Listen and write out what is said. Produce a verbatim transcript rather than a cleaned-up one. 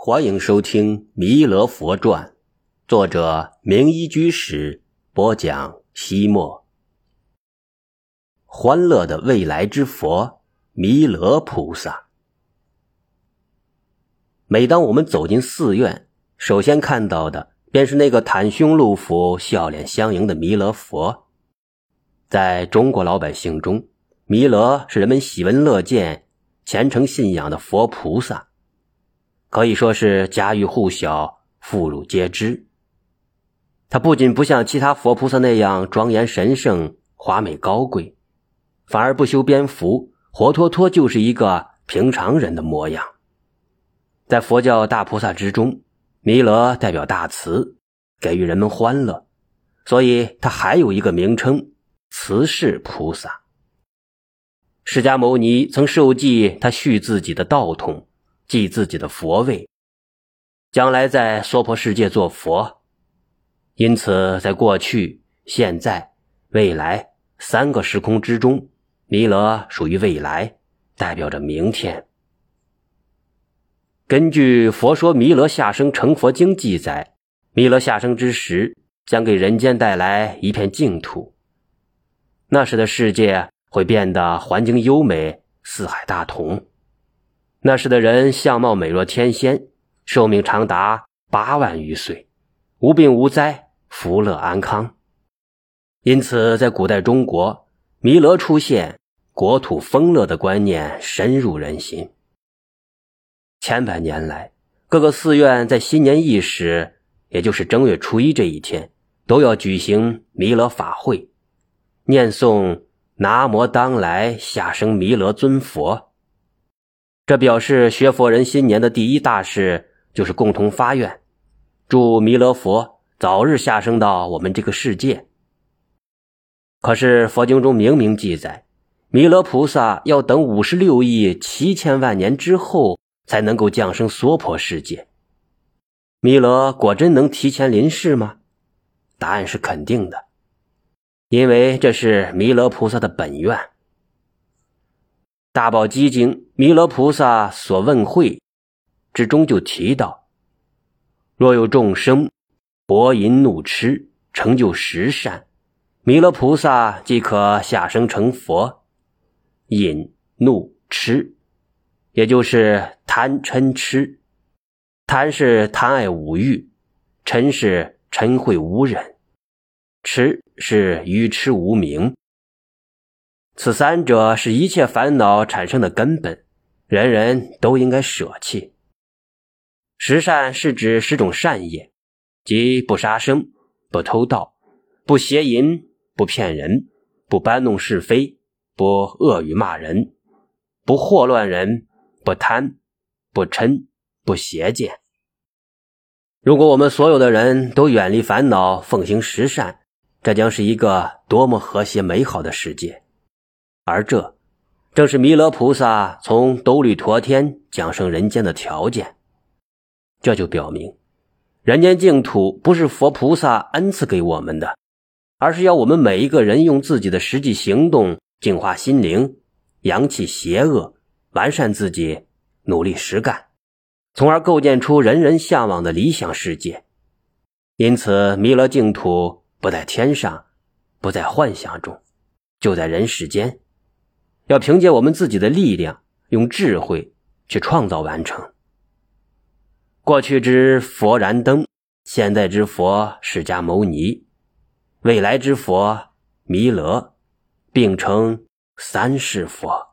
欢迎收听《弥勒佛传》，作者明一居士播讲西末。欢乐的未来之佛弥勒菩萨。每当我们走进寺院，首先看到的便是那个袒胸露腹、笑脸相迎的弥勒佛。在中国老百姓中，弥勒是人们喜闻乐见、虔诚信仰的佛菩萨，可以说是家喻户晓、妇孺皆知。他不仅不像其他佛菩萨那样庄严神圣、华美高贵，反而不修边幅，活脱脱就是一个平常人的模样。在佛教大菩萨之中，弥勒代表大慈，给予人们欢乐，所以他还有一个名称，慈氏菩萨。释迦牟尼曾受记他续自己的道统，记自己的佛位，将来在娑婆世界做佛。因此在过去、现在、未来三个时空之中，弥勒属于未来，代表着明天。根据《佛说弥勒下生成佛经》记载，弥勒下生之时，将给人间带来一片净土。那时的世界会变得环境优美，四海大同。那时的人相貌美若天仙，寿命长达八万余岁，无病无灾，福乐安康。因此在古代中国，弥勒出现，国土丰乐的观念深入人心。千百年来，各个寺院在新年伊始，也就是正月初一这一天，都要举行弥勒法会，念诵南无当来下生弥勒尊佛。这表示学佛人新年的第一大事就是共同发愿，祝弥勒佛早日下生到我们这个世界。可是佛经中明明记载，弥勒菩萨要等五十六亿七千万年之后才能够降生娑婆世界。弥勒果真能提前临世吗？答案是肯定的，因为这是弥勒菩萨的本愿。大宝积经弥勒菩萨所问会之中就提到，若有众生薄淫怒痴，成就十善，弥勒菩萨即可下生成佛。淫怒痴也就是贪嗔痴，贪是贪爱五欲，嗔是嗔恚无忍，痴是愚痴无明。此三者是一切烦恼产生的根本，人人都应该舍弃。十善是指十种善业，即不杀生、不偷盗、不邪淫、不骗人、不搬弄是非、不恶语骂人、不惑乱人、不贪、不嗔、不邪见。如果我们所有的人都远离烦恼，奉行十善，这将是一个多么和谐美好的世界。而这正是弥勒菩萨从兜率陀天降生人间的条件。这就表明，人间净土不是佛菩萨恩赐给我们的，而是要我们每一个人用自己的实际行动净化心灵，扬弃邪恶，完善自己，努力实干，从而构建出人人向往的理想世界。因此弥勒净土不在天上，不在幻想中，就在人世间，要凭借我们自己的力量，用智慧去创造完成。过去之佛燃灯，现在之佛释迦牟尼，未来之佛弥勒，并称三世佛。